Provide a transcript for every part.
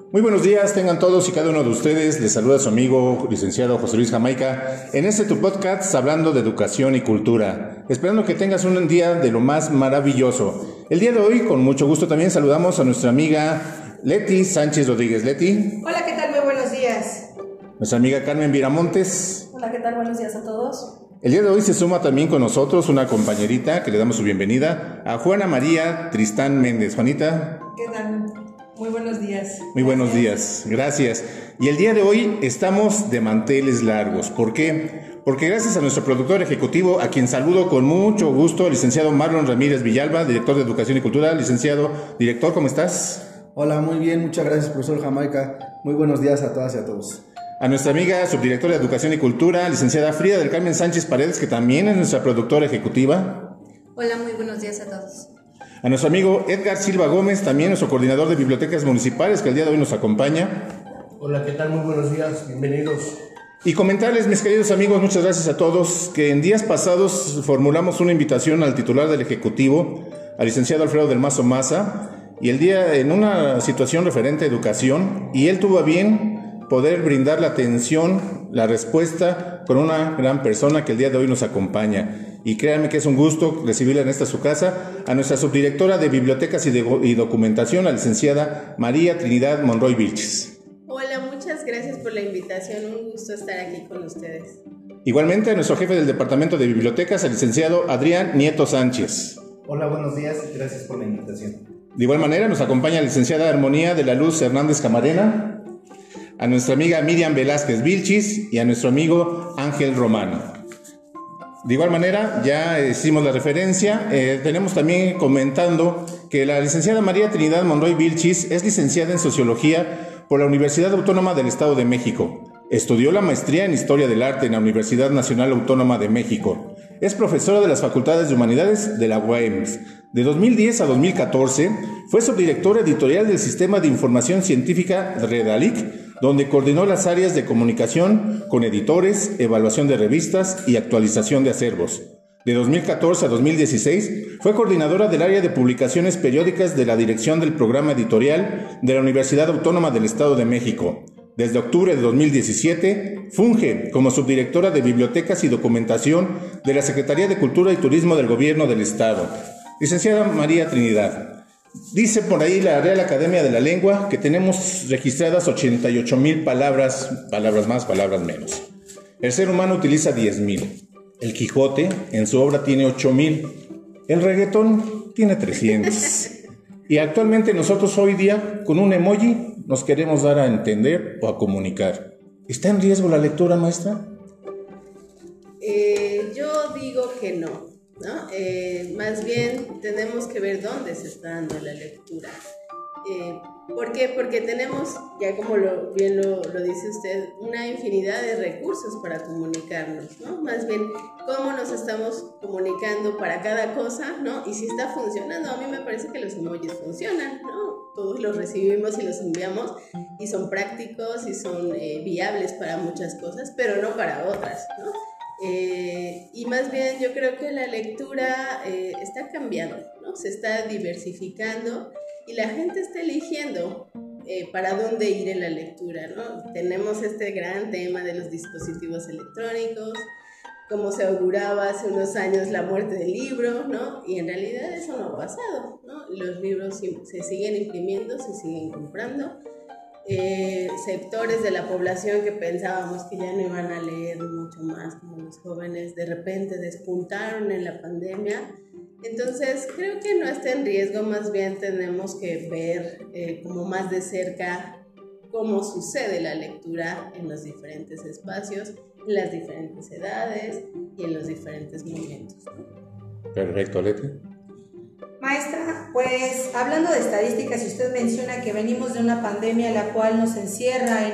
Muy buenos días, tengan todos y cada uno de ustedes. Les saluda su amigo licenciado José Luis Jamaica en tu podcast hablando de educación y cultura, esperando que tengas un día de lo más maravilloso. El día de hoy, con mucho gusto, también saludamos a nuestra amiga Leti Sánchez Rodríguez. Leti. Hola, ¿qué tal? Muy buenos días. Nuestra amiga Carmen Viramontes. Hola, ¿qué tal? Buenos días a todos. El día de hoy se suma también con nosotros una compañerita que le damos su bienvenida a Juana María Tristán Méndez. Juanita. ¿Qué tal? Muy buenos días. Muy buenos días, gracias. Y el día de hoy estamos de manteles largos. ¿Por qué? Porque gracias a nuestro productor ejecutivo, a quien saludo con mucho gusto, licenciado Marlon Ramírez Villalba, director de Educación y Cultura. Licenciado, director, ¿cómo estás? Hola, muy bien, muchas gracias, profesor Jamaica. Muy buenos días a todas y a todos. A nuestra amiga subdirectora de Educación y Cultura, licenciada Frida del Carmen Sánchez Paredes, que también es nuestra productora ejecutiva. Hola, muy buenos días a todos. A nuestro amigo Edgar Silva Gómez, también nuestro coordinador de bibliotecas municipales, que el día de hoy nos acompaña. Hola, ¿qué tal? Muy buenos días, bienvenidos. Y comentarles, mis queridos amigos, muchas gracias a todos, que en días pasados formulamos una invitación al titular del Ejecutivo, al licenciado Alfredo del Mazo Maza, y el día en una situación referente a educación, y él tuvo a bien poder brindar la atención, la respuesta con una gran persona que el día de hoy nos acompaña. Y créanme que es un gusto recibirla en su casa, a nuestra subdirectora de Bibliotecas y Documentación, la licenciada María Trinidad Monroy Vilches. Hola, muchas gracias por la invitación, un gusto estar aquí con ustedes. Igualmente a nuestro jefe del Departamento de Bibliotecas, el licenciado Adrián Nieto Sánchez. Hola, buenos días, gracias por la invitación. De igual manera nos acompaña la licenciada Armonía de la Luz Hernández Camarena, a nuestra amiga Miriam Velázquez Vilchis y a nuestro amigo Ángel Romano. De igual manera, ya hicimos la referencia, tenemos también comentando que la licenciada María Trinidad Monroy Vilchis es licenciada en Sociología por la Universidad Autónoma del Estado de México. Estudió la maestría en Historia del Arte en la Universidad Nacional Autónoma de México. Es profesora de las Facultades de Humanidades de la UAM. De 2010 a 2014 fue subdirectora editorial del Sistema de Información Científica Redalic, donde coordinó las áreas de comunicación con editores, evaluación de revistas y actualización de acervos. De 2014 a 2016 fue coordinadora del área de publicaciones periódicas de la Dirección del Programa Editorial de la Universidad Autónoma del Estado de México. Desde octubre de 2017 funge como subdirectora de Bibliotecas y Documentación de la Secretaría de Cultura y Turismo del Gobierno del Estado. Licenciada María Trinidad, dice por ahí la Real Academia de la Lengua que tenemos registradas 88,000 palabras, palabras más, palabras menos. El ser humano utiliza 10,000. El Quijote en su obra tiene 8,000. El reggaetón tiene 300. Y actualmente nosotros hoy día con un emoji nos queremos dar a entender o a comunicar. ¿Está en riesgo la lectura, maestra? Yo digo que no. ¿No? Más bien tenemos que ver dónde se está dando la lectura. ¿Por qué? Porque tenemos, ya como bien lo dice usted, una infinidad de recursos para comunicarnos, ¿no? Más bien, cómo nos estamos comunicando para cada cosa, ¿no? Y si está funcionando, a mí me parece que los emojis funcionan, ¿no? Todos los recibimos y los enviamos y son prácticos y son viables para muchas cosas, pero no para otras, ¿no? Y más bien yo creo que la lectura está cambiando, ¿no? Se está diversificando y la gente está eligiendo para dónde ir en la lectura, ¿no? Tenemos este gran tema de los dispositivos electrónicos, como se auguraba hace unos años la muerte del libro, ¿no? Y en realidad eso no ha pasado, ¿no? Los libros se siguen imprimiendo, se siguen comprando. Sectores de la población que pensábamos que ya no iban a leer mucho más, como los jóvenes, de repente despuntaron en la pandemia. Entonces creo que no está en riesgo, más bien tenemos que ver como más de cerca cómo sucede la lectura en los diferentes espacios, en las diferentes edades y en los diferentes momentos, ¿no? Perfecto, Leti. Maestra, pues hablando de estadísticas, y usted menciona que venimos de una pandemia la cual nos encierra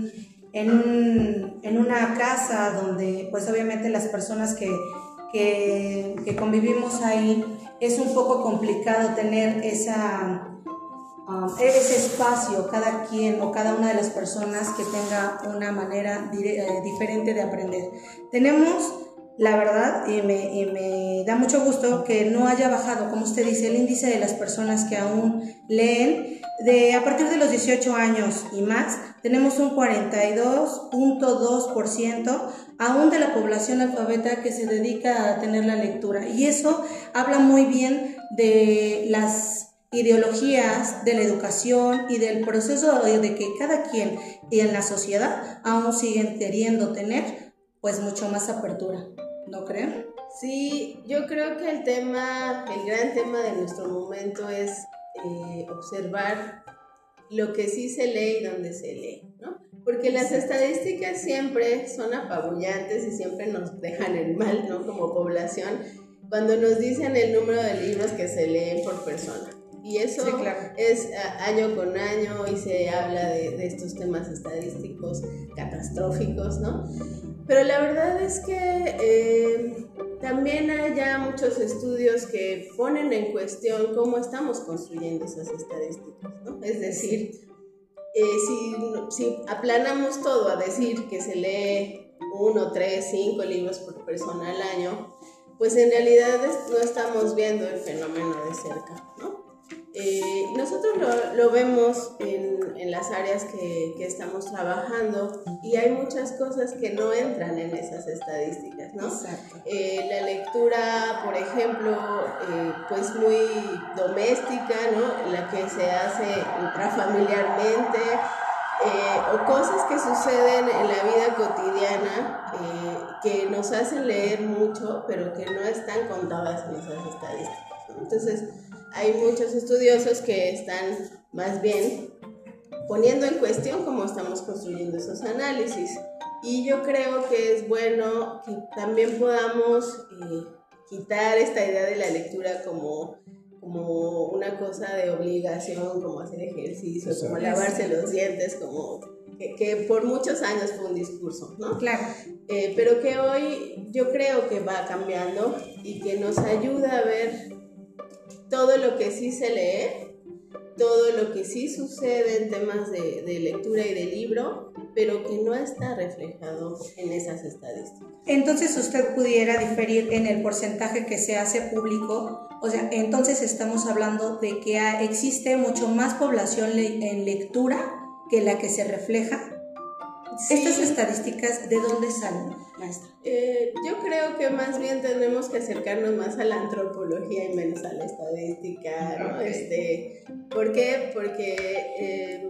en una casa donde pues obviamente las personas que convivimos ahí es un poco complicado tener ese espacio, cada quien o cada una de las personas que tenga una manera diferente de aprender. Tenemos la verdad, y me da mucho gusto que no haya bajado, como usted dice, el índice de las personas que aún leen. A partir de los 18 años y más, tenemos un 42.2% aún de la población alfabeta que se dedica a tener la lectura. Y eso habla muy bien de las ideologías, de la educación y del proceso de que cada quien y en la sociedad aún siguen queriendo tener pues mucho más apertura, ¿no creen? Sí, yo creo que el gran tema de nuestro momento es observar lo que sí se lee y dónde se lee, ¿no? Porque las estadísticas siempre son apabullantes y siempre nos dejan en mal, ¿no? Como población, cuando nos dicen el número de libros que se leen por persona. Y eso sí, claro, es año con año y se habla de estos temas estadísticos catastróficos, ¿no? Pero la verdad es que también hay ya muchos estudios que ponen en cuestión cómo estamos construyendo esas estadísticas, ¿no? Es decir, si aplanamos todo a decir que se lee 1, 3, 5 libros por persona al año, pues en realidad no estamos viendo el fenómeno de cerca, ¿no? Nosotros lo vemos en las áreas que estamos trabajando y hay muchas cosas que no entran en esas estadísticas, ¿no? La lectura, por ejemplo, pues muy doméstica, ¿no? La que se hace intrafamiliarmente, o cosas que suceden en la vida cotidiana que nos hacen leer mucho, pero que no están contadas en esas estadísticas, ¿no? Entonces, hay muchos estudiosos que están más bien poniendo en cuestión cómo estamos construyendo esos análisis. Y yo creo que es bueno que también podamos quitar esta idea de la lectura como una cosa de obligación, como hacer ejercicio, como lavarse los dientes, como que por muchos años fue un discurso, ¿no? Claro. Pero que hoy yo creo que va cambiando y que nos ayuda a ver todo lo que sí se lee, todo lo que sí sucede en temas de lectura y de libro, pero que no está reflejado en esas estadísticas. Entonces usted pudiera diferir en el porcentaje que se hace público, o sea, entonces estamos hablando de que existe mucho más población en lectura que la que se refleja. Sí. ¿Estas estadísticas de dónde salen, maestra? Yo creo que más bien tenemos que acercarnos más a la antropología y menos a la estadística, ¿no? ¿Por qué? Porque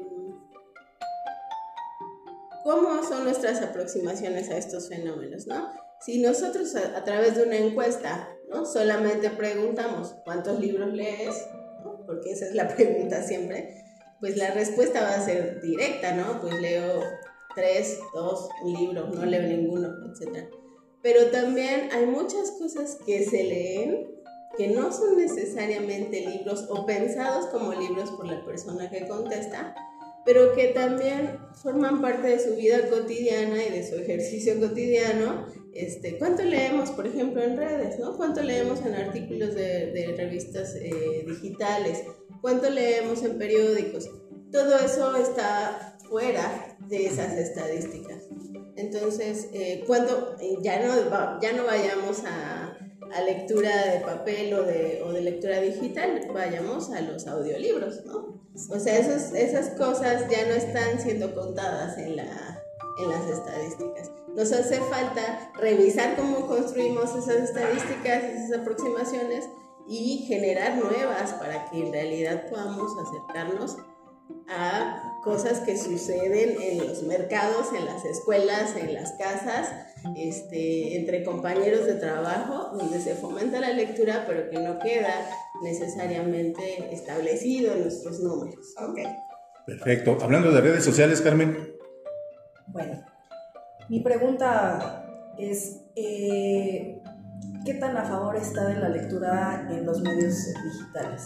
¿cómo son nuestras aproximaciones a estos fenómenos, ¿no? Si nosotros a través de una encuesta, ¿no? Solamente preguntamos ¿cuántos libros lees? ¿No? Porque esa es la pregunta siempre, pues la respuesta va a ser directa, ¿no? Pues leo 3, 2, un libro, no leo ninguno, etc. Pero también hay muchas cosas que se leen que no son necesariamente libros o pensados como libros por la persona que contesta, pero que también forman parte de su vida cotidiana y de su ejercicio cotidiano. ¿Cuánto leemos, por ejemplo, en redes, ¿no? ¿Cuánto leemos en artículos de revistas digitales? ¿Cuánto leemos en periódicos? Todo eso está fuera de esas estadísticas. Entonces, cuando ya no vayamos a lectura de papel o de lectura digital, vayamos a los audiolibros, ¿no? O sea, esas cosas ya no están siendo contadas en las estadísticas. Nos hace falta revisar cómo construimos esas estadísticas, esas aproximaciones y generar nuevas para que en realidad podamos acercarnos a cosas que suceden en los mercados, en las escuelas, en las casas, entre compañeros de trabajo, donde se fomenta la lectura, pero que no queda necesariamente establecido en nuestros números. Okay. Perfecto. Hablando de redes sociales, Carmen. Bueno, mi pregunta es, ¿qué tan a favor está de la lectura en los medios digitales?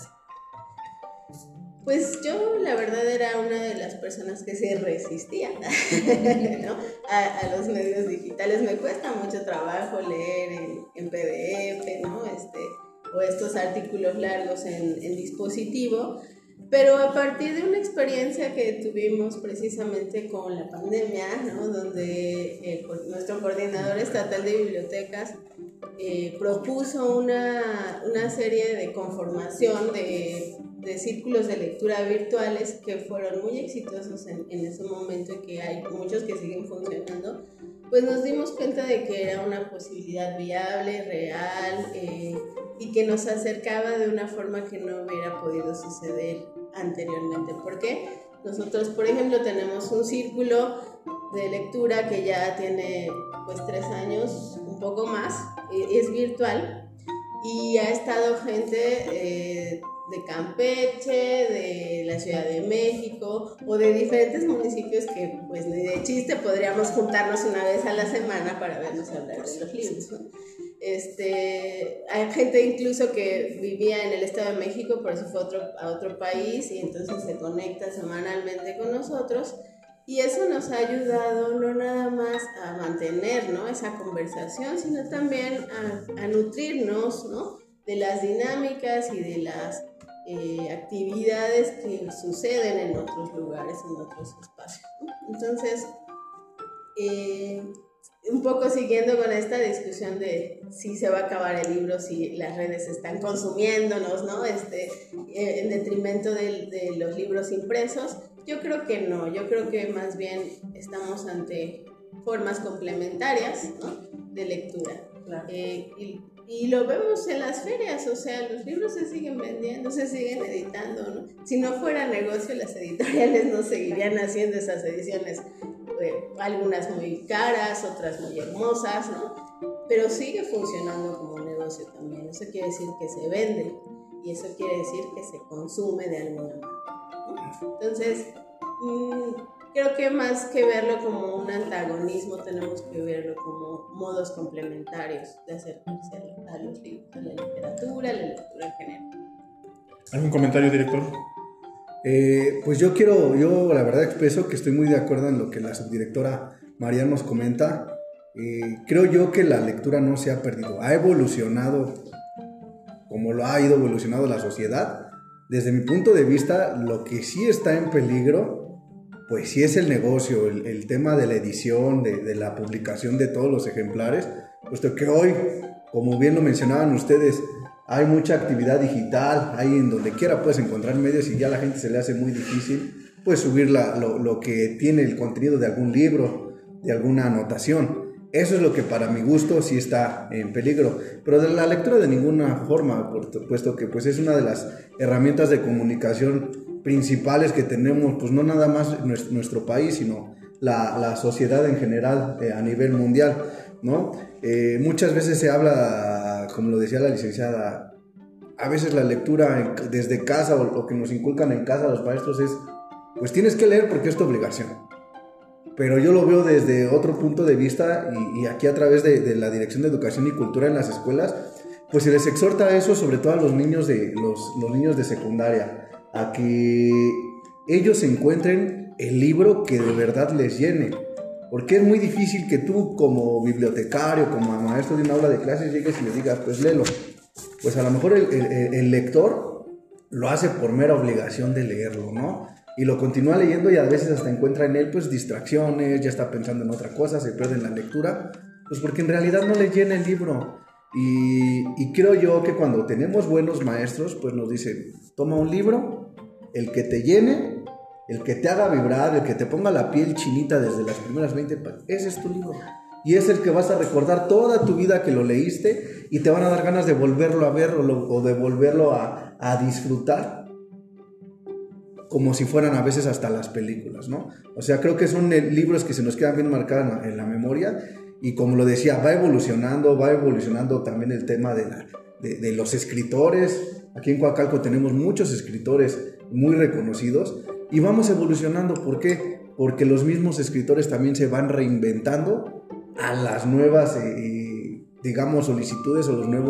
Pues yo la verdad era una de las personas que se resistía, ¿no? a los medios digitales. Me cuesta mucho trabajo leer en PDF, ¿no? O estos artículos largos en dispositivo, Pero a partir de una experiencia que tuvimos precisamente con la pandemia, ¿no? Donde nuestro coordinador estatal de bibliotecas propuso una serie de conformación de círculos de lectura virtuales que fueron muy exitosos en ese momento y que hay muchos que siguen funcionando, pues nos dimos cuenta de que era una posibilidad viable, real, y que nos acercaba de una forma que no hubiera podido suceder anteriormente. ¿Por qué? Nosotros, por ejemplo, tenemos un círculo de lectura que ya tiene pues 3 años, un poco más, es virtual, y ha estado gente de Campeche, de la Ciudad de México o de diferentes municipios que pues ni de chiste podríamos juntarnos una vez a la semana para vernos hablar de los libros, ¿no? Hay gente incluso que vivía en el Estado de México, por eso fue a otro país y entonces se conecta semanalmente con nosotros, y eso nos ha ayudado no nada más a mantener, ¿no?, esa conversación, sino también a nutrirnos, ¿no?, de las dinámicas y de las actividades que suceden en otros lugares, en otros espacios, ¿no? Entonces, un poco siguiendo con esta discusión de si se va a acabar el libro, si las redes están consumiéndonos, ¿no?, en detrimento de los libros impresos, yo creo que no, yo creo que más bien estamos ante formas complementarias, ¿no?, de lectura. Claro. Y lo vemos en las ferias, o sea, los libros se siguen vendiendo, se siguen editando, ¿no? Si no fuera negocio, las editoriales no seguirían haciendo esas ediciones, algunas muy caras, otras muy hermosas, ¿no? Pero sigue funcionando como un negocio también. Eso quiere decir que se vende y eso quiere decir que se consume de alguna manera, ¿no? Entonces, creo que más que verlo como un antagonismo, tenemos que verlo como modos complementarios de acercarse a los libros, a la literatura en general. ¿Algún comentario, director? Pues yo la verdad expreso que estoy muy de acuerdo en lo que la subdirectora María nos comenta. Creo yo que la lectura no se ha perdido, ha evolucionado como lo ha ido evolucionando la sociedad. Desde mi punto de vista, lo que sí está en peligro, pues sí es el negocio, el tema de la edición, de la publicación de todos los ejemplares, puesto que hoy, como bien lo mencionaban ustedes, hay mucha actividad digital, hay en donde quiera puedes encontrar medios y ya a la gente se le hace muy difícil pues subir lo que tiene el contenido de algún libro, de alguna anotación. Eso es lo que para mi gusto sí está en peligro, pero de la lectura de ninguna forma, puesto que pues es una de las herramientas de comunicación principales que tenemos, pues no nada más nuestro país, sino la sociedad en general a nivel mundial, ¿no? Muchas veces se habla, como lo decía la licenciada, a veces la lectura desde casa o lo que nos inculcan en casa los maestros es, pues tienes que leer porque es tu obligación. Pero yo lo veo desde otro punto de vista y aquí a través de la Dirección de Educación y Cultura en las escuelas, pues se les exhorta a eso, sobre todo a los niños los niños de secundaria, a que ellos encuentren el libro que de verdad les llene, porque es muy difícil que tú como bibliotecario, como maestro de una aula de clases llegues y les digas, pues léelo. Pues a lo mejor el lector lo hace por mera obligación de leerlo, ¿no? Y lo continúa leyendo y a veces hasta encuentra en él pues distracciones, ya está pensando en otra cosa, se pierde en la lectura, pues porque en realidad no le llena el libro. Y creo yo que cuando tenemos buenos maestros, pues nos dicen, toma un libro, el que te llene, el que te haga vibrar, el que te ponga la piel chinita desde las primeras 20 páginas, ese es tu libro. Y es el que vas a recordar toda tu vida que lo leíste y te van a dar ganas de volverlo a ver o de volverlo a disfrutar, como si fueran a veces hasta las películas, ¿no? O sea, creo que son libros que se nos quedan bien marcados en la memoria. Y como lo decía, va evolucionando también el tema de los escritores. Aquí en Coacalco tenemos muchos escritores muy reconocidos y vamos evolucionando. ¿Por qué? Porque los mismos escritores también se van reinventando a las nuevas, digamos, solicitudes o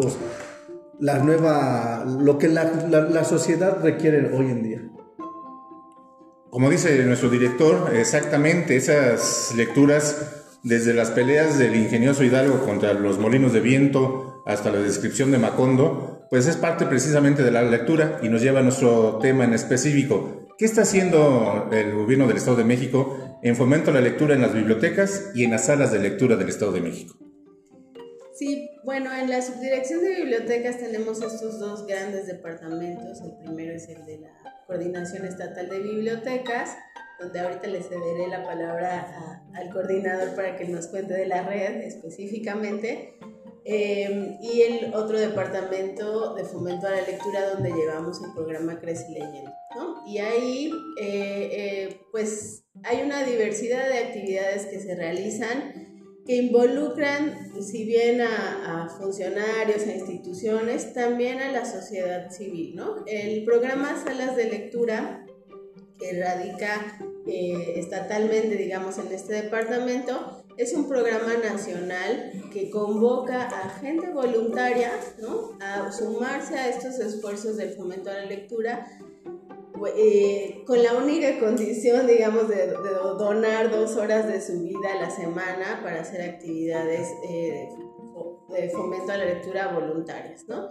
lo que la sociedad requiere hoy en día. Como dice nuestro director, exactamente esas lecturas, desde las peleas del ingenioso Hidalgo contra los molinos de viento hasta la descripción de Macondo, pues es parte precisamente de la lectura y nos lleva a nuestro tema en específico. ¿Qué está haciendo el gobierno del Estado de México en fomento a la lectura en las bibliotecas y en las salas de lectura del Estado de México? Sí, bueno, en la subdirección de bibliotecas tenemos estos dos grandes departamentos. El primero es el de la Coordinación Estatal de Bibliotecas, donde ahorita le cederé la palabra al coordinador para que nos cuente de la red específicamente. Y el otro departamento de fomento a la lectura, donde llevamos el programa Crece Leyendo, ¿no? Y ahí pues hay una diversidad de actividades que se realizan que involucran, si bien a funcionarios, a instituciones, también a la sociedad civil, ¿no? El programa Salas de Lectura, que radica estatalmente, digamos, en este departamento, es un programa nacional que convoca a gente voluntaria, ¿no?, a sumarse a estos esfuerzos del fomento a la lectura, con la única condición, digamos, de donar 2 horas de su vida a la semana para hacer actividades de fomento a la lectura voluntarias, ¿no?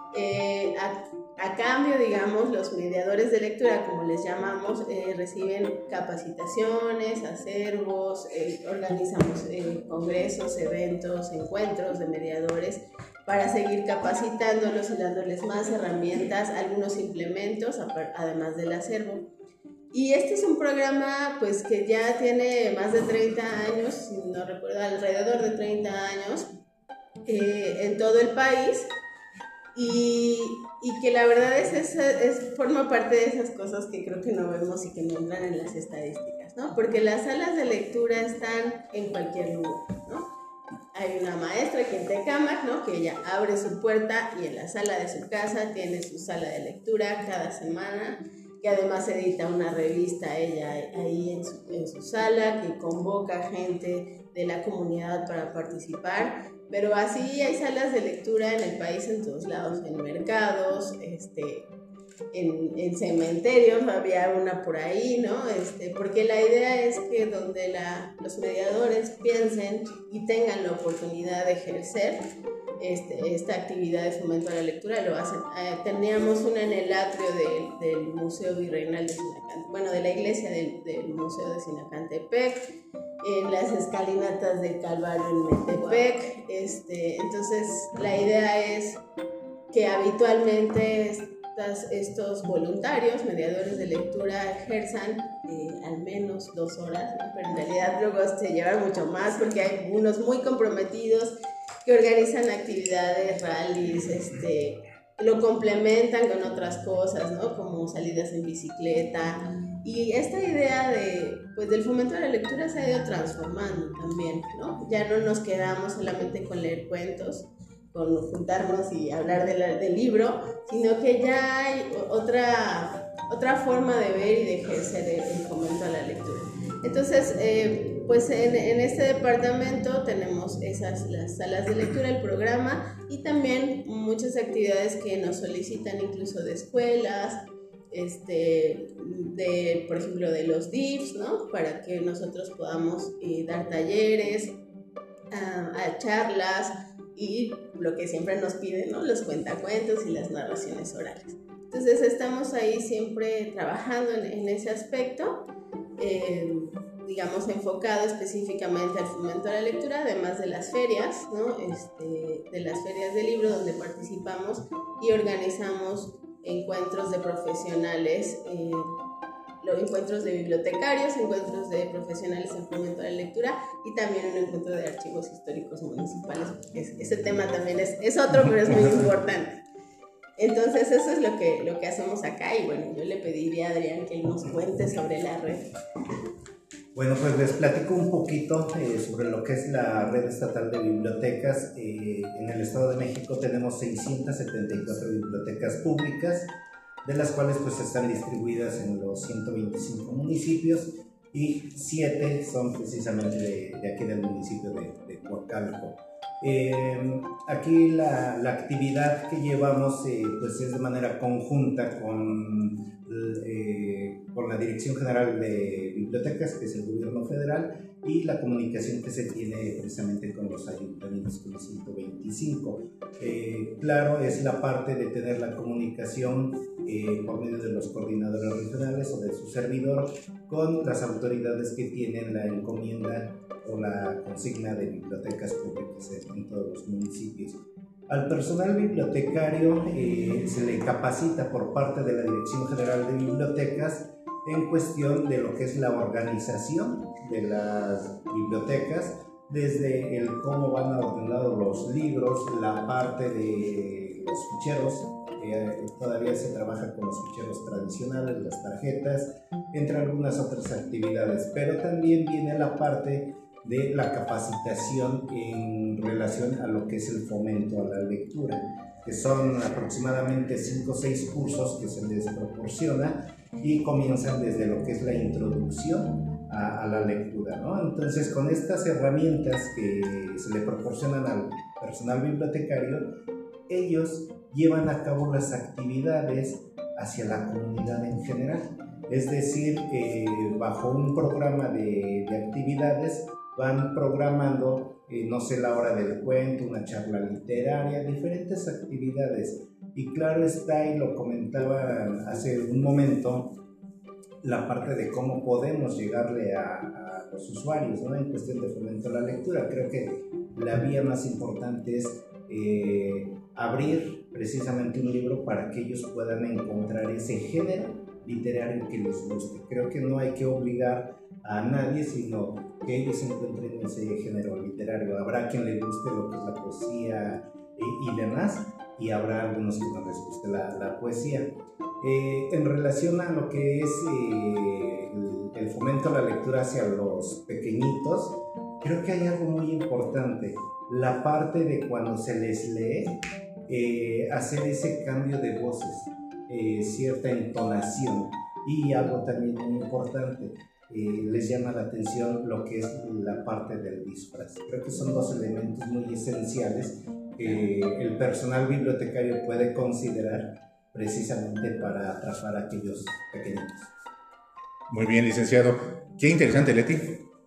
A cambio, digamos, los mediadores de lectura, como les llamamos, reciben capacitaciones, acervos, organizamos congresos, eventos, encuentros de mediadores para seguir capacitándolos y dándoles más herramientas, algunos implementos, además del acervo. Y este es un programa pues que ya tiene más de 30 años, si no recuerdo, alrededor de 30 años en todo el país. Y que la verdad forma parte de esas cosas que creo que no vemos y que no entran en las estadísticas, ¿no? Porque las salas de lectura están en cualquier lugar, ¿no? Hay una maestra aquí en Tecámac, ¿no?, que ella abre su puerta y en la sala de su casa tiene su sala de lectura cada semana, que además edita una revista ella ahí en su sala, que convoca gente de la comunidad para participar. Pero así hay salas de lectura en el país, en todos lados, en mercados, en cementerios, había una por ahí, ¿no? Porque la idea es que donde los mediadores piensen y tengan la oportunidad de ejercer esta actividad de fomento a la lectura, lo hacen. Teníamos una en el atrio del Museo Virreinal de Sinacantepec, bueno, de la iglesia del Museo de Sinacantepec, en las escalinatas del Calvario en Metepec. Entonces la idea es que habitualmente estos voluntarios, mediadores de lectura, ejerzan al menos 2 horas, ¿no? Pero en realidad luego se llevan mucho más porque hay unos muy comprometidos que organizan actividades, rallies, lo complementan con otras cosas, ¿no?, como salidas en bicicleta. Y esta idea del fomento de la lectura se ha ido transformando también, ¿no? Ya no nos quedamos solamente con leer cuentos, con juntarnos y hablar del libro, sino que ya hay otra forma de ver y de ejercer el fomento a la lectura. Entonces, pues en este departamento tenemos las salas de lectura, el programa, y también muchas actividades que nos solicitan incluso de escuelas, por ejemplo, de los DIFs, ¿no?, para que nosotros podamos dar talleres, a charlas y lo que siempre nos piden, ¿no?, los cuentacuentos y las narraciones orales. Entonces estamos ahí siempre trabajando en ese aspecto, digamos, enfocado específicamente al fomento a la lectura, además de las ferias, ¿no?, de las ferias de libro donde participamos y organizamos encuentros de profesionales, encuentros de bibliotecarios, encuentros de profesionales en fomento a la lectura y también un encuentro de archivos históricos municipales. Ese tema también es otro, pero es muy importante. Entonces eso es lo que hacemos acá y bueno, yo le pediría a Adrián que nos cuente sobre la red. Bueno, pues les platico un poquito sobre lo que es la Red Estatal de Bibliotecas. En el Estado de México tenemos 674 bibliotecas públicas, de las cuales pues están distribuidas en los 125 municipios y 7 son precisamente de aquí del municipio de Coacalco. Aquí la actividad que llevamos pues es de manera conjunta con la Dirección General de Bibliotecas, que es el gobierno federal, y la comunicación que se tiene precisamente con los ayuntamientos, con el 125. Claro, es la parte de tener la comunicación por medio de los coordinadores regionales o de su servidor con las autoridades que tienen la encomienda o la consigna de bibliotecas públicas en todos los municipios. Al personal bibliotecario se le capacita por parte de la Dirección General de Bibliotecas en cuestión de lo que es la organización de las bibliotecas, desde el cómo van ordenados los libros, la parte de los ficheros, todavía se trabaja con los ficheros tradicionales, las tarjetas, entre algunas otras actividades, pero también viene la parte de la capacitación en relación a lo que es el fomento a la lectura, que son aproximadamente 5 o 6 cursos que se les proporciona y comienzan desde lo que es la introducción a la lectura, ¿no? Entonces, con estas herramientas que se le proporcionan al personal bibliotecario, ellos llevan a cabo las actividades hacia la comunidad en general. Es decir, bajo un programa de actividades van programando, no sé, la hora del cuento, una charla literaria, diferentes actividades. Y claro está, y lo comentaba hace un momento, la parte de cómo podemos llegarle a los usuarios, ¿no? En cuestión de fomento a la lectura. Creo que la vía más importante es abrir precisamente un libro para que ellos puedan encontrar ese género literario que les guste. Creo que no hay que obligar a nadie, sino que ellos encuentren ese género literario. Habrá quien le guste lo que es la poesía y demás, y habrá algunos que no les guste la poesía. En relación a lo que es el fomento a la lectura hacia los pequeñitos, creo que hay algo muy importante, la parte de cuando se les lee, hacer ese cambio de voces, cierta entonación, y algo también muy importante, les llama la atención lo que es la parte del disfraz. Creo que son dos elementos muy esenciales que el personal bibliotecario puede considerar precisamente para atrapar a aquellos pequeñitos. Muy bien, licenciado. Qué interesante, Leti.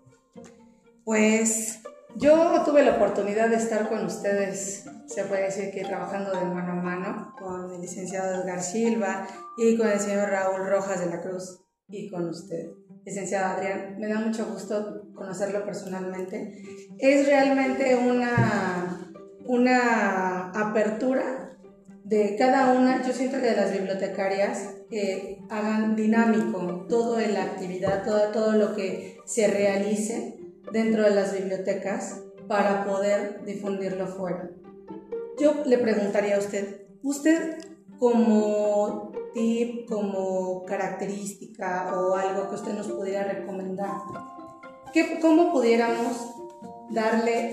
Pues yo tuve la oportunidad de estar con ustedes, se puede decir que trabajando de mano a mano con el licenciado Edgar Silva y con el señor Raúl Rojas de la Cruz y con usted, licenciado Adrián. Me da mucho gusto conocerlo personalmente. Es realmente una apertura de cada una. Yo siento que de las bibliotecarias hagan dinámico toda la actividad, todo lo que se realice dentro de las bibliotecas para poder difundirlo fuera. Yo le preguntaría a usted como tip, como característica o algo que usted nos pudiera recomendar, ¿cómo pudiéramos darle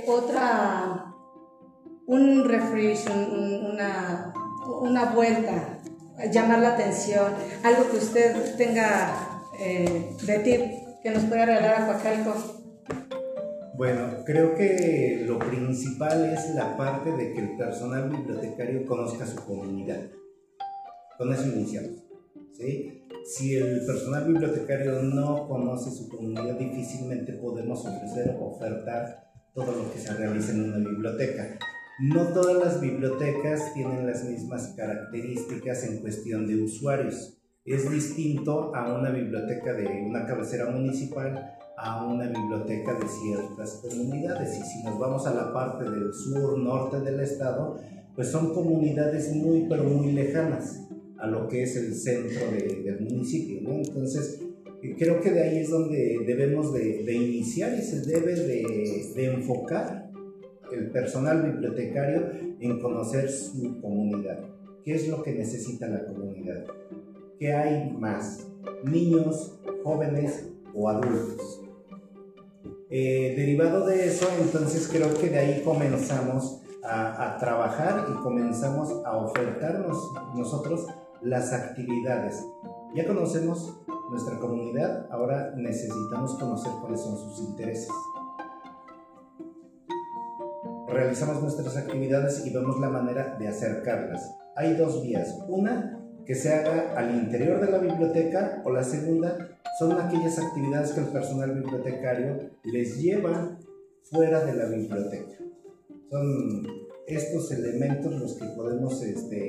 un refresh, una vuelta, llamar la atención, algo que usted tenga de tip que nos pueda regalar a Coacalco? Bueno, creo que lo principal es la parte de que el personal bibliotecario conozca su comunidad. Con eso iniciamos, ¿sí? Si el personal bibliotecario no conoce su comunidad, difícilmente podemos ofrecer o ofertar todo lo que se realiza en una biblioteca. No todas las bibliotecas tienen las mismas características en cuestión de usuarios. Es distinto a una biblioteca de una cabecera municipal a una biblioteca de ciertas comunidades. Y si nos vamos a la parte del sur, norte del estado, pues son comunidades muy, pero muy lejanas a lo que es el centro del municipio, ¿no? Entonces, creo que de ahí es donde debemos de iniciar y se debe de enfocar el personal bibliotecario en conocer su comunidad. ¿Qué es lo que necesita la comunidad? ¿Qué hay más? ¿Niños, jóvenes o adultos? Derivado de eso, entonces creo que de ahí comenzamos a trabajar y comenzamos a ofertarnos nosotros las actividades. Ya conocemos nuestra comunidad, ahora necesitamos conocer cuáles son sus intereses. realizamos nuestras actividades y vemos la manera de acercarlas. Hay dos vías. Una, que se haga al interior de la biblioteca, o la segunda, son aquellas actividades que el personal bibliotecario les lleva fuera de la biblioteca. Son estos elementos los que podemos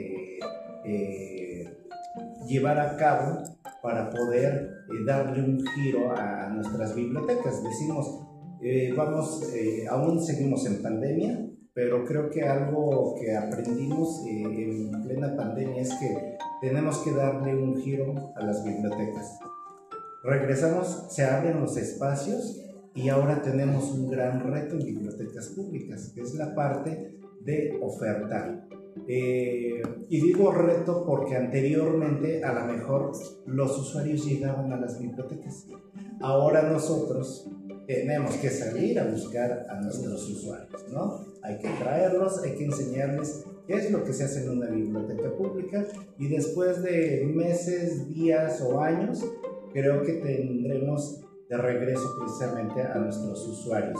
llevar a cabo para poder darle un giro a nuestras bibliotecas. Decimos, aún seguimos en pandemia, pero creo que algo que aprendimos en plena pandemia es que tenemos que darle un giro a las bibliotecas. Regresamos, se abren los espacios y ahora tenemos un gran reto en bibliotecas públicas, que es la parte de ofertar. Y digo reto porque anteriormente a lo mejor los usuarios llegaban a las bibliotecas. Ahora nosotros tenemos que salir a buscar a nuestros usuarios, ¿no? Hay que traerlos, hay que enseñarles qué es lo que se hace en una biblioteca pública, y después de meses, días o años, creo que tendremos de regreso precisamente a nuestros usuarios,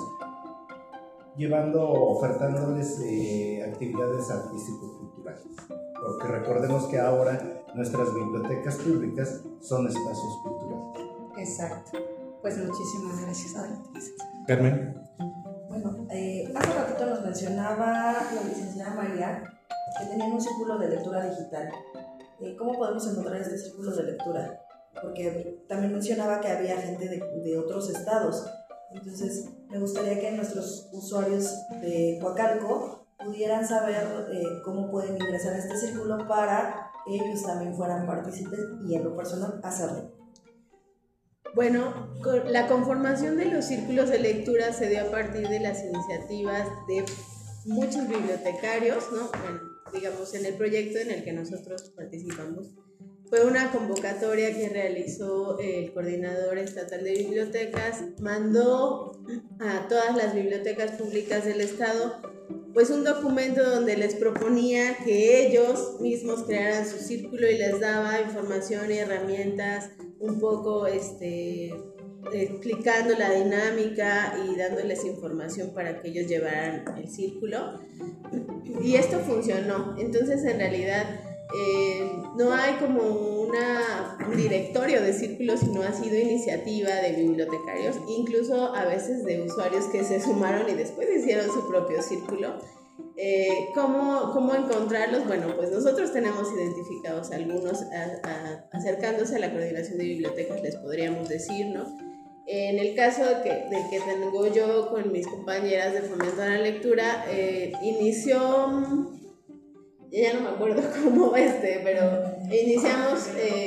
ofertándoles actividades artístico-culturales, porque recordemos que ahora nuestras bibliotecas públicas son espacios culturales. Exacto. Pues muchísimas gracias. Adelante. Carmen. Bueno, hace ratito nos mencionaba la licenciada María que tenían un círculo de lectura digital. ¿Cómo podemos encontrar este círculo de lectura? Porque también mencionaba que había gente de otros estados. Entonces, me gustaría que nuestros usuarios de Coacalco pudieran saber cómo pueden ingresar a este círculo para que ellos también fueran partícipes y en lo personal hacerlo. Bueno, la conformación de los círculos de lectura se dio a partir de las iniciativas de muchos bibliotecarios, ¿no? Digamos, en el proyecto en el que nosotros participamos. Fue una convocatoria que realizó el Coordinador Estatal de Bibliotecas, mandó a todas las bibliotecas públicas del estado pues un documento donde les proponía que ellos mismos crearan su círculo y les daba información y herramientas un poco explicando la dinámica y dándoles información para que ellos llevaran el círculo, y esto funcionó. Entonces, en realidad no hay como un directorio de círculos, sino ha sido iniciativa de bibliotecarios, incluso a veces de usuarios que se sumaron y después hicieron su propio círculo. ¿Cómo encontrarlos? Bueno, pues nosotros tenemos identificados algunos, acercándose a la coordinación de bibliotecas les podríamos decir, ¿no? En el caso del que tengo yo con mis compañeras de Fomento a la Lectura, inició, ya no me acuerdo cómo pero iniciamos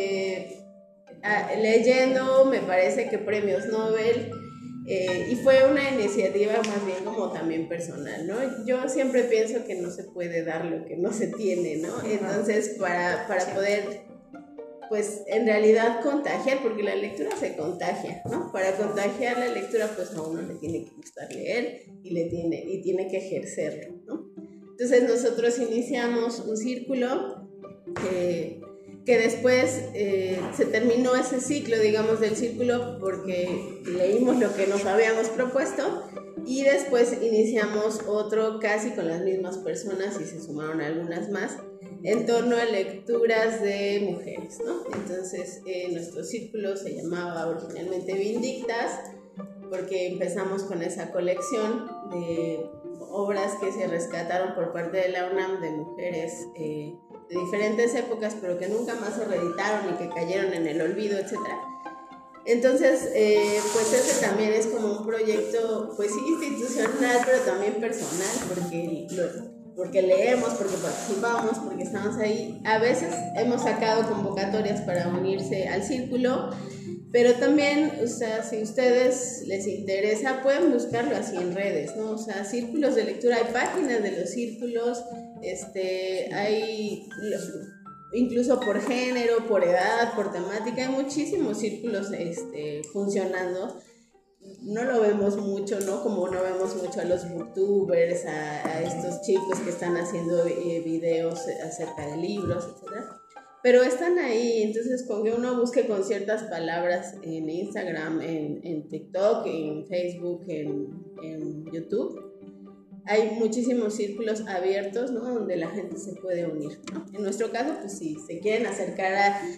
leyendo, me parece que premios Nobel, y fue una iniciativa más bien como también personal, ¿no? Yo siempre pienso que no se puede dar lo que no se tiene, ¿no? Entonces, para poder, pues, en realidad contagiar, porque la lectura se contagia, ¿no? Para contagiar la lectura, pues, a uno le tiene que gustar leer y tiene que ejercerlo, ¿no? Entonces, nosotros iniciamos un círculo que después se terminó ese ciclo, digamos, del círculo, porque leímos lo que nos habíamos propuesto, y después iniciamos otro casi con las mismas personas y se sumaron algunas más en torno a lecturas de mujeres, ¿no? Entonces nuestro círculo se llamaba originalmente Vindictas, porque empezamos con esa colección de obras que se rescataron por parte de la UNAM de mujeres de diferentes épocas, pero que nunca más se reeditaron y que cayeron en el olvido, etc. Entonces, pues ese también es como un proyecto, pues sí, institucional, pero también personal, porque leemos, porque participamos, porque estamos ahí. A veces hemos sacado convocatorias para unirse al círculo, pero también, o sea, si a ustedes les interesa, pueden buscarlo así en redes, ¿no? O sea, círculos de lectura, hay páginas de los círculos, hay incluso por género, por edad, por temática, hay muchísimos círculos funcionando. No lo vemos mucho, ¿no? Como no vemos mucho a los booktubers, a estos chicos que están haciendo videos acerca de libros, etc. Pero están ahí, entonces con que uno busque con ciertas palabras en Instagram, en TikTok, en Facebook, en YouTube, hay muchísimos círculos abiertos, ¿no? Donde la gente se puede unir, ¿no? En nuestro caso, pues si se quieren acercar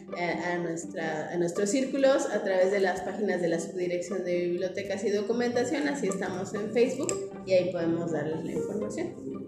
a nuestros círculos a través de las páginas de la Subdirección de Bibliotecas y Documentación, así estamos en Facebook y ahí podemos darles la información.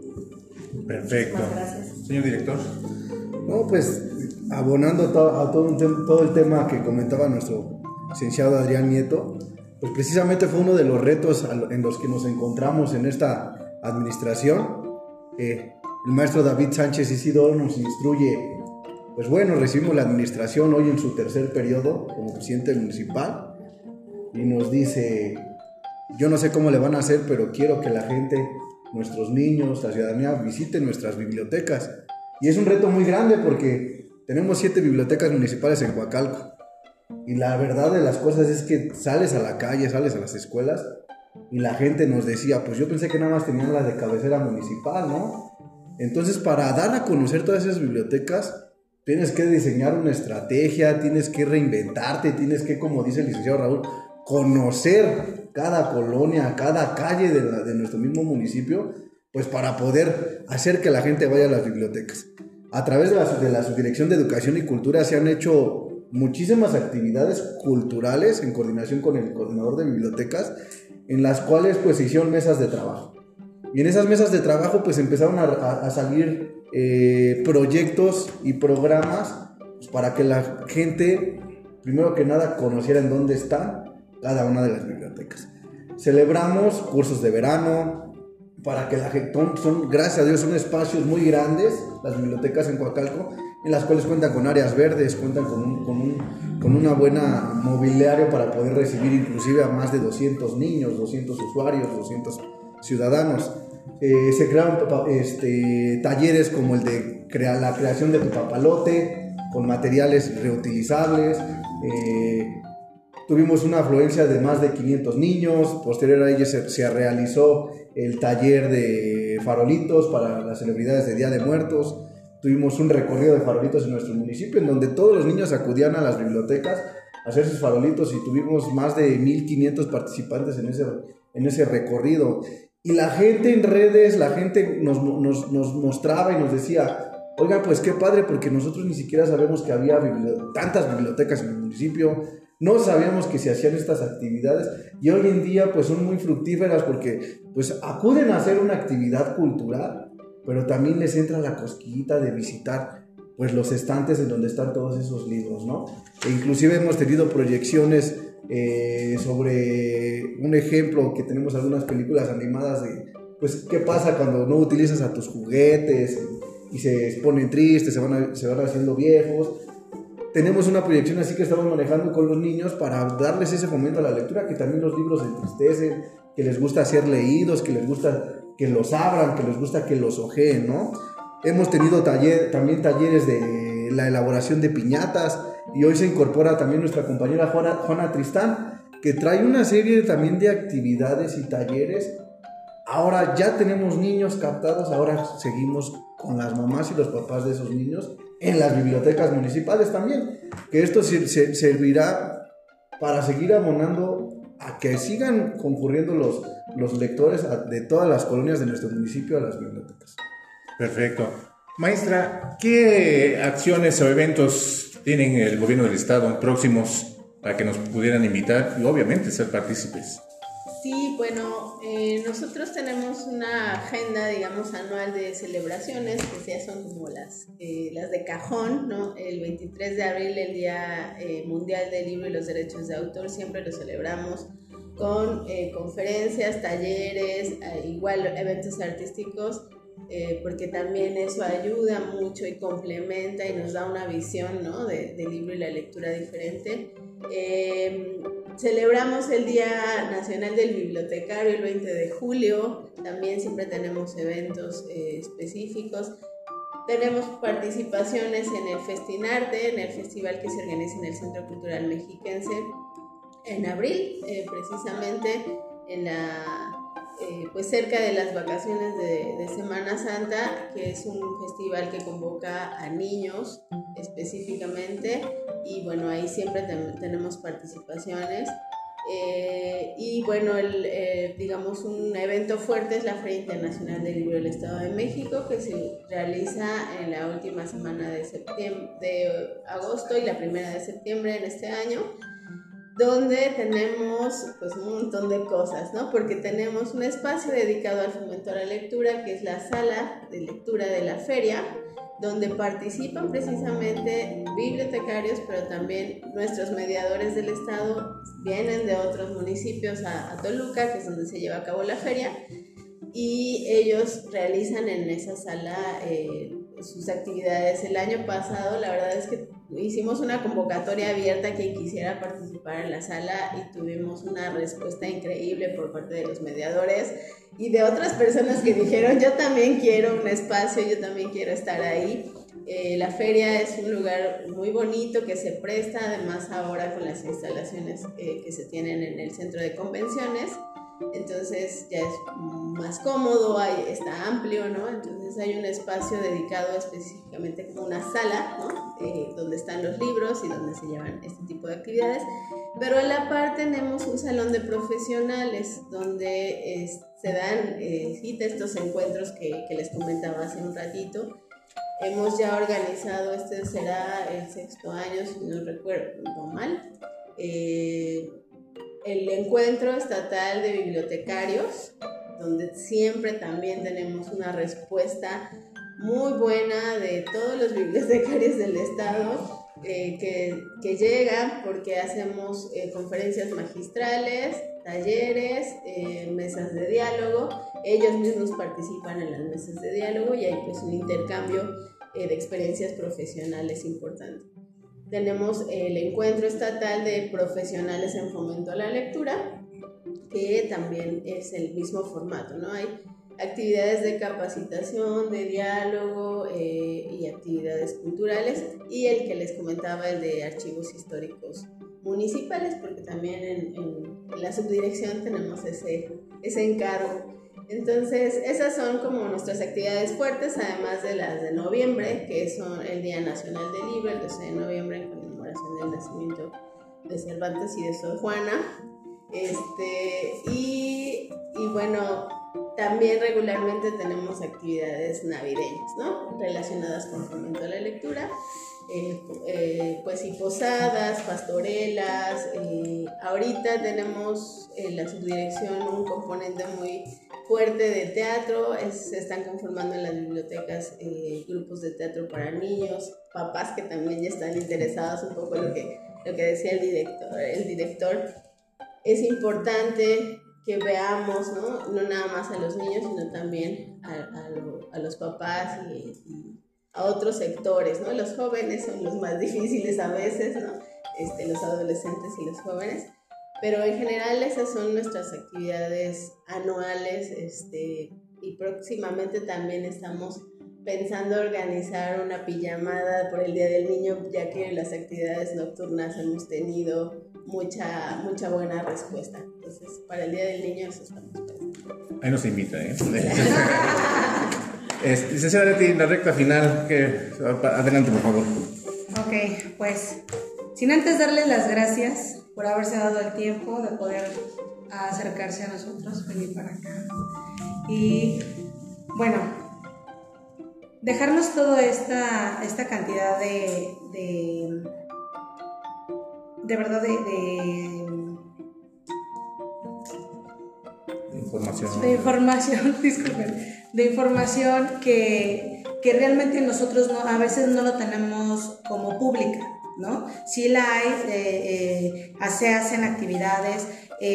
Perfecto. Muchas gracias. Señor director. No, pues abonando a todo el tema que comentaba nuestro licenciado Adrián Nieto, pues precisamente fue uno de los retos en los que nos encontramos en esta administración. El maestro David Sánchez Isidoro nos instruye, pues bueno, recibimos la administración hoy en su tercer periodo como presidente municipal y nos dice, yo no sé cómo le van a hacer, pero quiero que la gente, nuestros niños, la ciudadanía visiten nuestras bibliotecas. Y es un reto muy grande porque tenemos 7 bibliotecas municipales en Coacalco. Y la verdad de las cosas es que sales a la calle, sales a las escuelas y la gente nos decía, pues yo pensé que nada más tenían la de cabecera municipal, ¿no? Entonces, para dar a conocer todas esas bibliotecas, tienes que diseñar una estrategia, tienes que reinventarte, tienes que, como dice el licenciado Raúl, conocer cada colonia, cada calle de nuestro mismo municipio, pues para poder hacer que la gente vaya a las bibliotecas. A través de la Subdirección de Educación y Cultura se han hecho muchísimas actividades culturales en coordinación con el coordinador de bibliotecas, en las cuales pues se hicieron mesas de trabajo. Y en esas mesas de trabajo pues empezaron a salir proyectos y programas pues, para que la gente, primero que nada, conociera en dónde están cada una de las bibliotecas. Celebramos cursos de verano, para que la gente, gracias a Dios, son espacios muy grandes, las bibliotecas en Coacalco, en las cuales cuentan con áreas verdes, cuentan con una buena mobiliario para poder recibir inclusive a más de 200 niños, 200 usuarios, 200 ciudadanos. Se crearon talleres como el de la creación de tu papalote, con materiales reutilizables. Tuvimos una afluencia de más de 500 niños. Posterior a ello se realizó el taller de farolitos para las celebridades de Día de Muertos. Tuvimos un recorrido de farolitos en nuestro municipio, en donde todos los niños acudían a las bibliotecas a hacer sus farolitos y tuvimos más de 1,500 participantes en ese recorrido. Y la gente en redes, la gente nos mostraba y nos decía, oiga, pues qué padre, porque nosotros ni siquiera sabemos que había tantas bibliotecas en el municipio, no sabíamos que se hacían estas actividades y hoy en día pues son muy fructíferas porque pues acuden a hacer una actividad cultural, pero también les entra la cosquillita de visitar pues los estantes en donde están todos esos libros, ¿no? E inclusive hemos tenido proyecciones sobre un ejemplo que tenemos algunas películas animadas de pues qué pasa cuando no utilizas a tus juguetes y se ponen tristes, se van haciendo viejos. Tenemos una proyección así que estamos manejando con los niños para darles ese fomento a la lectura, que también los libros se entristecen, que les gusta ser leídos, que les gusta que los abran, que les gusta que los ojeen, ¿no? Hemos tenido también talleres de la elaboración de piñatas y hoy se incorpora también nuestra compañera Juana Tristán, que trae una serie también de actividades y talleres. Ahora ya tenemos niños captados, ahora seguimos con las mamás y los papás de esos niños en las bibliotecas municipales también, que esto servirá para seguir abonando a que sigan concurriendo los lectores de todas las colonias de nuestro municipio a las bibliotecas. Perfecto. Maestra, ¿qué acciones o eventos tienen el gobierno del estado próximos para que nos pudieran invitar y obviamente ser partícipes? Sí, bueno, nosotros tenemos una agenda, digamos, anual de celebraciones, que ya son como las de cajón, ¿no? El 23 de abril, el Día Mundial del Libro y los Derechos de Autor, siempre lo celebramos con conferencias, talleres, igual eventos artísticos, porque también eso ayuda mucho y complementa y nos da una visión, ¿no? del libro y la lectura diferente. Celebramos el Día Nacional del Bibliotecario el 20 de julio, también siempre tenemos eventos específicos. Tenemos participaciones en el Festinarte, en el festival que se organiza en el Centro Cultural Mexiquense en abril, precisamente en pues cerca de las vacaciones de Semana Santa, que es un festival que convoca a niños específicamente, y bueno, ahí siempre tenemos participaciones. Y bueno, digamos un evento fuerte es la Feria Internacional del Libro del Estado de México, que se realiza en la última semana de agosto y la primera de septiembre en este año, donde tenemos pues un montón de cosas, ¿no? Porque tenemos un espacio dedicado al fomento a la lectura, que es la sala de lectura de la feria, donde participan precisamente bibliotecarios, pero también nuestros mediadores del estado vienen de otros municipios a Toluca, que es donde se lleva a cabo la feria, y ellos realizan en esa sala sus actividades. El año pasado, la verdad es que hicimos una convocatoria abierta a quien quisiera participar en la sala y tuvimos una respuesta increíble por parte de los mediadores y de otras personas que dijeron: yo también quiero un espacio, yo también quiero estar ahí. La feria es un lugar muy bonito que se presta, además ahora con las instalaciones que se tienen en el centro de convenciones, entonces ya es más cómodo, está amplio, ¿no? Entonces hay un espacio dedicado específicamente como una sala, ¿no? Donde están los libros y donde se llevan este tipo de actividades, pero a la par tenemos un salón de profesionales donde se dan cita estos encuentros que les comentaba hace un ratito. Hemos ya organizado, este será el 6º año, si no recuerdo mal, el encuentro estatal de bibliotecarios, donde siempre también tenemos una respuesta muy buena de todos los bibliotecarios del estado que llegan, porque hacemos conferencias magistrales, talleres, mesas de diálogo. Ellos mismos participan en las mesas de diálogo y hay pues un intercambio de experiencias profesionales importante. Tenemos el encuentro estatal de profesionales en fomento a la lectura, que también es el mismo formato, ¿no? Hay actividades de capacitación, de diálogo y actividades culturales, y el que les comentaba, el de archivos históricos municipales, porque también en la subdirección tenemos ese encargo. Entonces, esas son como nuestras actividades fuertes, además de las de noviembre, que son el Día Nacional del Libro, el 12 de noviembre, en conmemoración del nacimiento de Cervantes y de Sor Juana. Y bueno, también regularmente tenemos actividades navideñas, ¿no? Relacionadas con fomento a la lectura, pues y posadas, pastorelas. Ahorita tenemos en la subdirección un componente muy fuerte de teatro. Se están conformando en las bibliotecas grupos de teatro para niños, papás que también ya están interesados un poco en lo que decía el director. Es importante que veamos, ¿no? No nada más a los niños, sino también a los papás y a otros sectores, ¿no? Los jóvenes son los más difíciles a veces, ¿no? Los adolescentes y los jóvenes, pero en general esas son nuestras actividades anuales, y próximamente también estamos pensando organizar una pijamada por el Día del Niño, ya que las actividades nocturnas hemos tenido mucha buena respuesta. Entonces, para el Día del Niño eso estamos pensando. Ahí nos invita, ¿eh? Licenciada Leti, la recta final, adelante, por favor. Ok, pues, sin antes darles las gracias por haberse dado el tiempo de poder acercarse a nosotros, venir para acá. Y, bueno, dejarnos toda esta cantidad de verdad de información que realmente nosotros a veces no lo tenemos como pública, ¿no? Sí la hay, se hacen actividades,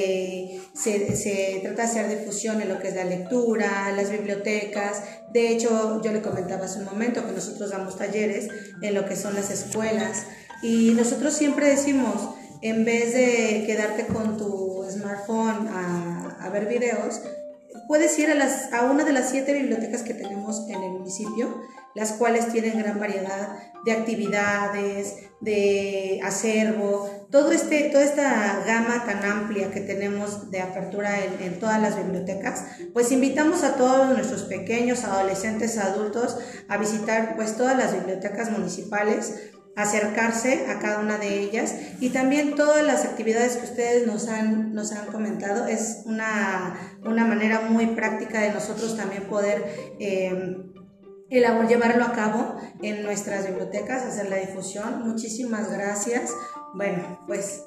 se trata de hacer difusión en lo que es la lectura, las bibliotecas. De hecho, yo le comentaba hace un momento que nosotros damos talleres en lo que son las escuelas, y nosotros siempre decimos, en vez de quedarte con tu smartphone a ver videos, puedes ir a una de las 7 bibliotecas que tenemos en el municipio, las cuales tienen gran variedad de actividades, de acervo, toda esta gama tan amplia que tenemos de apertura en todas las bibliotecas. Pues invitamos a todos nuestros pequeños, adolescentes, adultos a visitar pues todas las bibliotecas municipales, acercarse a cada una de ellas, y también todas las actividades que ustedes nos han comentado es una manera muy práctica de nosotros también poder llevarlo a cabo en nuestras bibliotecas, hacer la difusión. Muchísimas gracias. Bueno, pues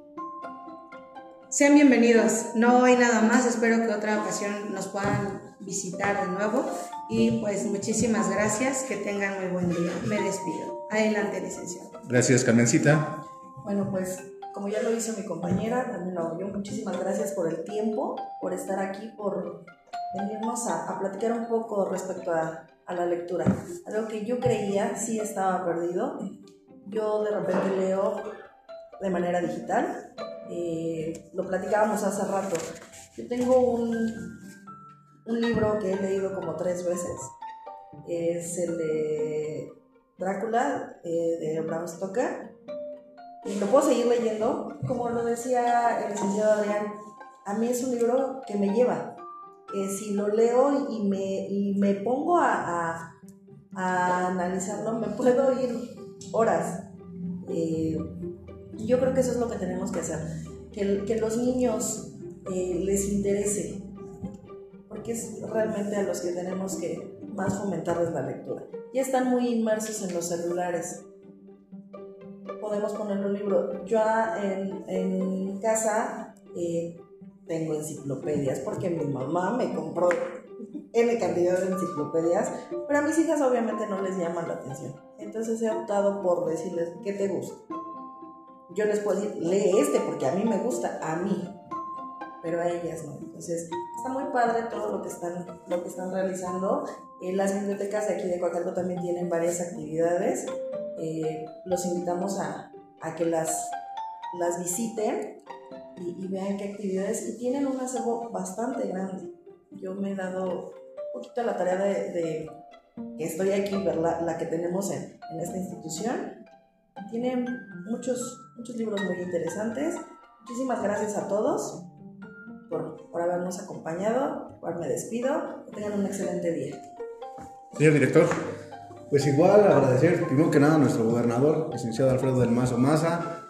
sean bienvenidos. No hay nada más, espero que otra ocasión nos puedan visitar de nuevo, y pues muchísimas gracias, que tengan muy buen día. Me despido. Adelante, licenciado. Gracias, Carmencita. Bueno, pues como ya lo hizo mi compañera, también lo hago yo. Muchísimas gracias por el tiempo, por estar aquí, por venirnos a platicar un poco respecto a la lectura. Algo que yo creía sí estaba perdido. Yo de repente leo de manera digital. Lo platicábamos hace rato. Yo tengo un libro que he leído como 3 veces. Es el de Drácula, de Bram Stoker. Y lo puedo seguir leyendo. Como lo decía el licenciado Adrián, a mí es un libro que me lleva. Si lo leo y me pongo a analizarlo, me puedo ir horas. Yo creo que eso es lo que tenemos que hacer, que los niños les interese, porque es realmente a los que tenemos que más fomentarles la lectura. Ya están muy inmersos en los celulares. Podemos ponerle un libro. Yo en casa tengo enciclopedias, porque mi mamá me compró N cantidad de enciclopedias, pero a mis hijas obviamente no les llama la atención. Entonces he optado por decirles, ¿qué te gusta? Yo les puedo decir, lee porque a mí me gusta, a mí, pero a ellas no. Entonces está muy padre todo lo que están realizando. Las bibliotecas de aquí de Coacalco también tienen varias actividades. Los invitamos a que las visiten y vean qué actividades, y tienen un acervo bastante grande. Yo me he dado un poquito la tarea de que estoy aquí, ver la que tenemos en esta institución. Tienen muchos libros muy interesantes. Muchísimas gracias a todos por habernos acompañado. Me despido. Que tengan un excelente día. Señor director. Pues igual agradecer primero que nada a nuestro gobernador, licenciado Alfredo del Mazo Maza,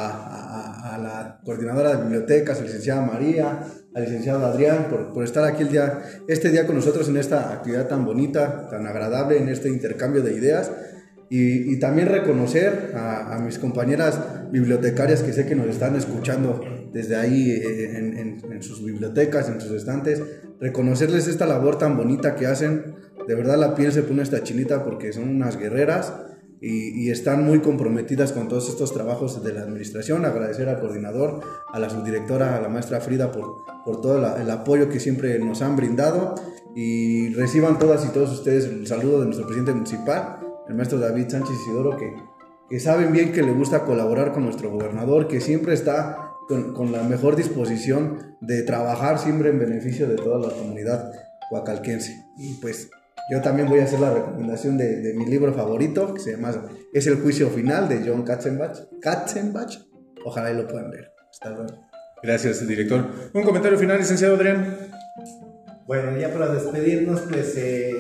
a la coordinadora de bibliotecas, a la licenciada María, al licenciado Adrián, por estar aquí este día con nosotros en esta actividad tan bonita, tan agradable, en este intercambio de ideas. Y también reconocer a mis compañeras bibliotecarias que sé que nos están escuchando desde ahí en sus bibliotecas, en sus estantes, reconocerles esta labor tan bonita que hacen. De verdad la piel se pone esta chinita, porque son unas guerreras y están muy comprometidas con todos estos trabajos de la administración. Agradecer al coordinador, a la subdirectora, a la maestra Frida por todo el apoyo que siempre nos han brindado, y reciban todas y todos ustedes el saludo de nuestro presidente municipal, el maestro David Sánchez Isidoro, que saben bien que le gusta colaborar con nuestro gobernador, que siempre está con la mejor disposición de trabajar siempre en beneficio de toda la comunidad coacalquense. Y pues yo también voy a hacer la recomendación de mi libro favorito, que se llama Es el juicio final, de John Katzenbach. Ojalá y lo puedan leer. Hasta luego. Gracias, director. Un comentario final, licenciado Adrián. Bueno, ya para despedirnos, pues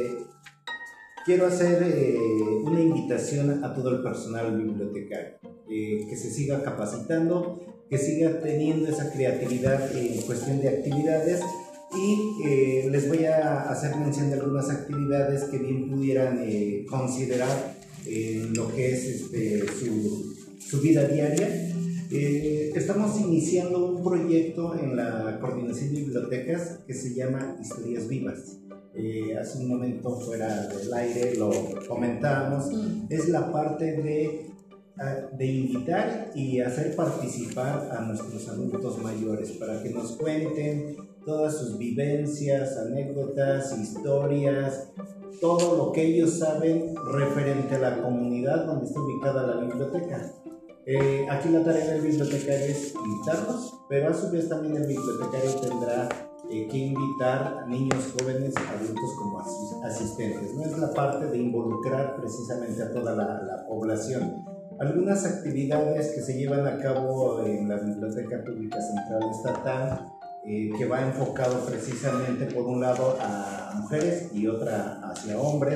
quiero hacer una invitación a todo el personal bibliotecario, que se siga capacitando, que siga teniendo esa creatividad en cuestión de actividades, y les voy a hacer mención de algunas actividades que bien pudieran considerar en lo que es su vida diaria. Estamos iniciando un proyecto en la Coordinación de Bibliotecas que se llama Historias Vivas. Hace un momento fuera del aire lo comentábamos. Es la parte de invitar y hacer participar a nuestros adultos mayores para que nos cuenten todas sus vivencias, anécdotas, historias, todo lo que ellos saben referente a la comunidad donde está ubicada la biblioteca. Aquí la tarea del bibliotecario es invitarlos, pero a su vez también el bibliotecario tendrá que invitar a niños, jóvenes, adultos como asistentes. No es la parte de involucrar precisamente a toda la población. Algunas actividades que se llevan a cabo en la Biblioteca Pública Central Estatal, que va enfocado precisamente por un lado a mujeres y otra hacia hombres,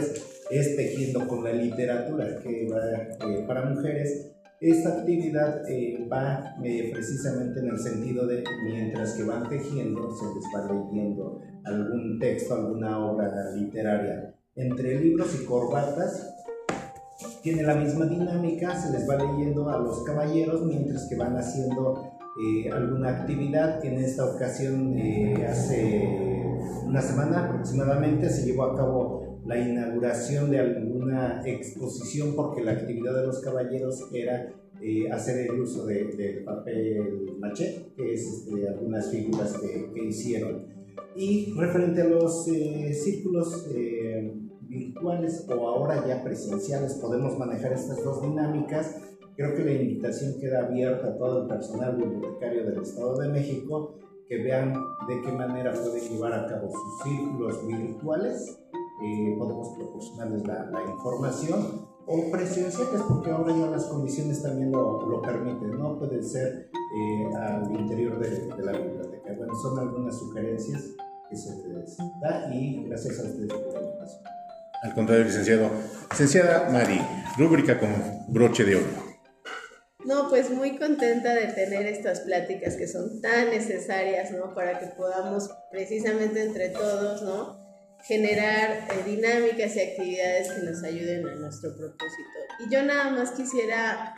es Tejiendo con la Literatura, que va para mujeres. Esta actividad va precisamente en el sentido de, mientras que van tejiendo, se les va leyendo algún texto, alguna obra literaria. Entre libros y corbatas tiene la misma dinámica, se les va leyendo a los caballeros mientras que van haciendo alguna actividad. En esta ocasión, hace una semana aproximadamente, se llevó a cabo la inauguración de alguna exposición, porque la actividad de los caballeros era hacer el uso de papel maché, que es algunas figuras que hicieron. Y referente a los círculos virtuales o ahora ya presenciales, podemos manejar estas dos dinámicas. Creo que la invitación queda abierta a todo el personal bibliotecario del Estado de México, que vean de qué manera pueden llevar a cabo sus círculos virtuales. Podemos proporcionarles la información, o presenciales, porque ahora ya las condiciones también lo permiten, ¿no? Puede ser al interior de la biblioteca. Bueno, son algunas sugerencias que se les da, y gracias a ustedes por la invitación. Al contrario, licenciado. Licenciada Mari, rúbrica con broche de oro. No, pues muy contenta de tener estas pláticas que son tan necesarias, ¿no? Para que podamos precisamente entre todos, ¿no? Generar dinámicas y actividades que nos ayuden a nuestro propósito. Y yo nada más quisiera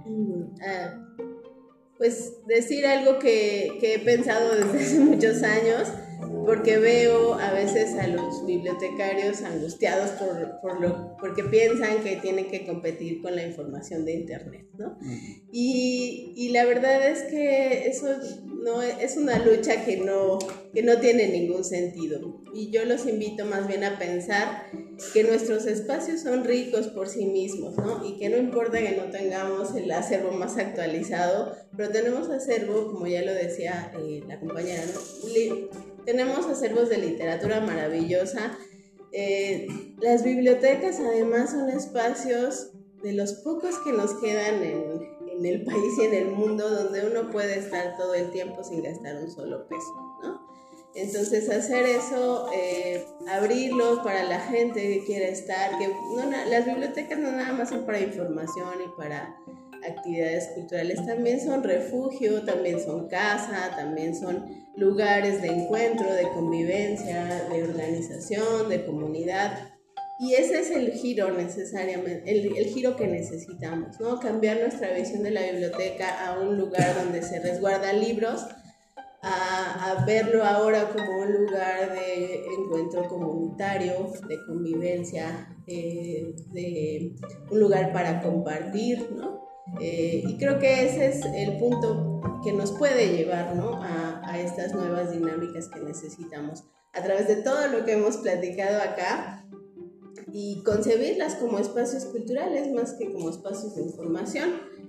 pues decir algo que he pensado desde hace muchos años, porque veo a veces a los bibliotecarios angustiados porque piensan que tienen que competir con la información de internet, ¿no? Y la verdad es que eso no es una lucha que no tiene ningún sentido. Y yo los invito más bien a pensar que nuestros espacios son ricos por sí mismos, ¿no? Y que no importa que no tengamos el acervo más actualizado, pero tenemos acervo, como ya lo decía la compañera, ¿no? Tenemos acervos de literatura maravillosa. Las bibliotecas además son espacios de los pocos que nos quedan en el país y en el mundo, donde uno puede estar todo el tiempo sin gastar un solo peso, ¿no? Entonces hacer eso, abrirlo para la gente que quiera estar, las bibliotecas no nada más son para información y para actividades culturales, también son refugio, también son casa, también son lugares de encuentro, de convivencia, de organización, de comunidad. Y ese es el giro necesariamente, el giro que necesitamos, ¿no? Cambiar nuestra visión de la biblioteca a un lugar donde se resguardan libros, a verlo ahora como un lugar de encuentro comunitario, de convivencia, de un lugar para compartir, ¿no? Y creo que ese es el punto que nos puede llevar, ¿no? a estas nuevas dinámicas que necesitamos a través de todo lo que hemos platicado acá, y concebirlas como espacios culturales más que como espacios de información.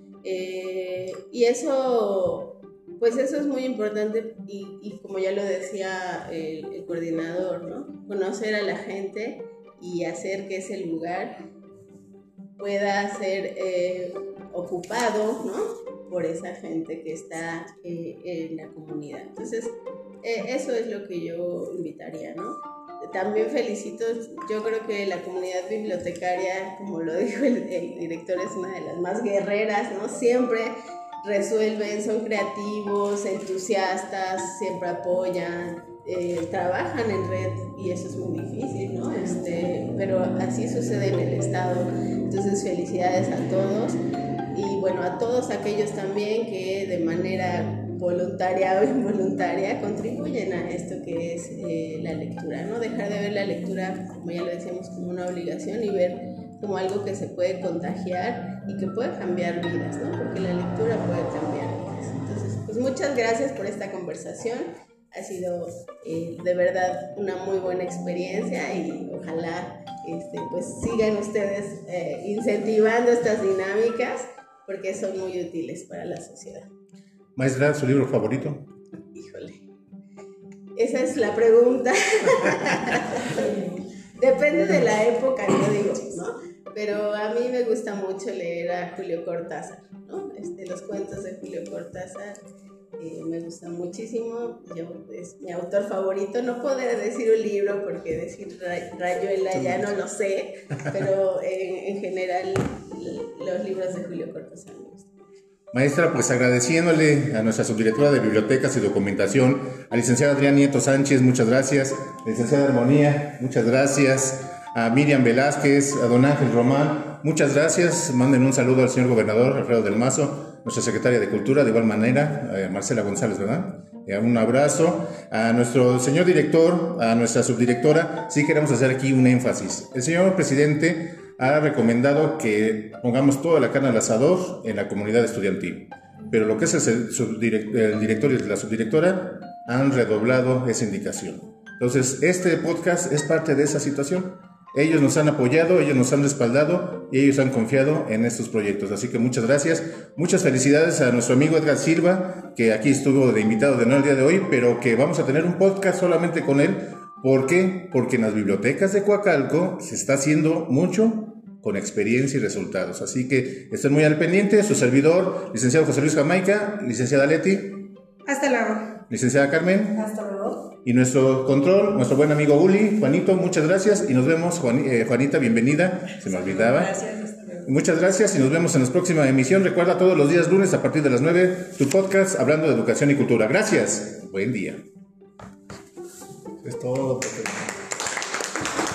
Y eso, pues eso es muy importante, y como ya lo decía el coordinador, ¿no? Conocer a la gente y hacer que ese lugar pueda ser ocupado, ¿no? Por esa gente que está en la comunidad. Entonces, eso es lo que yo invitaría, ¿no? También felicito, yo creo que la comunidad bibliotecaria, como lo dijo el director, es una de las más guerreras, ¿no? Siempre resuelven, son creativos, entusiastas, siempre apoyan, trabajan en red, y eso es muy difícil, ¿no? Pero así sucede en el estado. Entonces, felicidades a todos, y bueno, a todos aquellos también que de manera voluntaria o involuntaria contribuyen a esto que es la lectura, ¿no? Dejar de ver la lectura, como ya lo decíamos, como una obligación, y ver como algo que se puede contagiar y que puede cambiar vidas, ¿no? Porque la lectura puede cambiar vidas. Entonces, pues muchas gracias por esta conversación. Ha sido de verdad una muy buena experiencia, y ojalá pues sigan ustedes incentivando estas dinámicas, porque son muy útiles para la sociedad. Maestra, ¿su libro favorito? Híjole, esa es la pregunta. Depende de la época, no digo, ¿no? Pero a mí me gusta mucho leer a Julio Cortázar, ¿no? Los cuentos de Julio Cortázar me gusta muchísimo. Es mi autor favorito. No podré decir un libro porque decir Rayuela ya no lo sé, pero en general los libros de Julio Cortázar me gustan. Maestra, pues agradeciéndole a nuestra subdirectora de Bibliotecas y Documentación, a licenciada Adrián Nieto Sánchez, muchas gracias, licenciada Armonía, muchas gracias, a Miriam Velázquez, a don Ángel Román, muchas gracias, manden un saludo al señor gobernador Alfredo del Mazo, nuestra secretaria de Cultura, de igual manera, Marcela González, ¿verdad? Un abrazo a nuestro señor director, a nuestra subdirectora. Sí queremos hacer aquí un énfasis. El señor presidente ha recomendado que pongamos toda la carne al asador en la comunidad estudiantil, pero lo que es el director y la subdirectora han redoblado esa indicación. Entonces, este podcast es parte de esa situación. Ellos nos han apoyado, ellos nos han respaldado y ellos han confiado en estos proyectos. Así que muchas gracias, muchas felicidades a nuestro amigo Edgar Silva, que aquí estuvo de invitado de nuevo el día de hoy, pero que vamos a tener un podcast solamente con él. ¿Por qué? Porque en las bibliotecas de Coacalco se está haciendo mucho con experiencia y resultados. Así que estén muy al pendiente. Su servidor, licenciado José Luis Jamaica, licenciada Leti. Hasta luego. Licenciada Carmen. Hasta luego. Y nuestro control, nuestro buen amigo Uli, Juanito, muchas gracias y nos vemos. Juanita, bienvenida, se me olvidaba. Gracias, hasta luego. Muchas gracias y nos vemos en la próxima emisión. Recuerda, todos los días lunes a partir de las 9, tu podcast hablando de educación y cultura. Gracias, buen día. Es todo. Porque...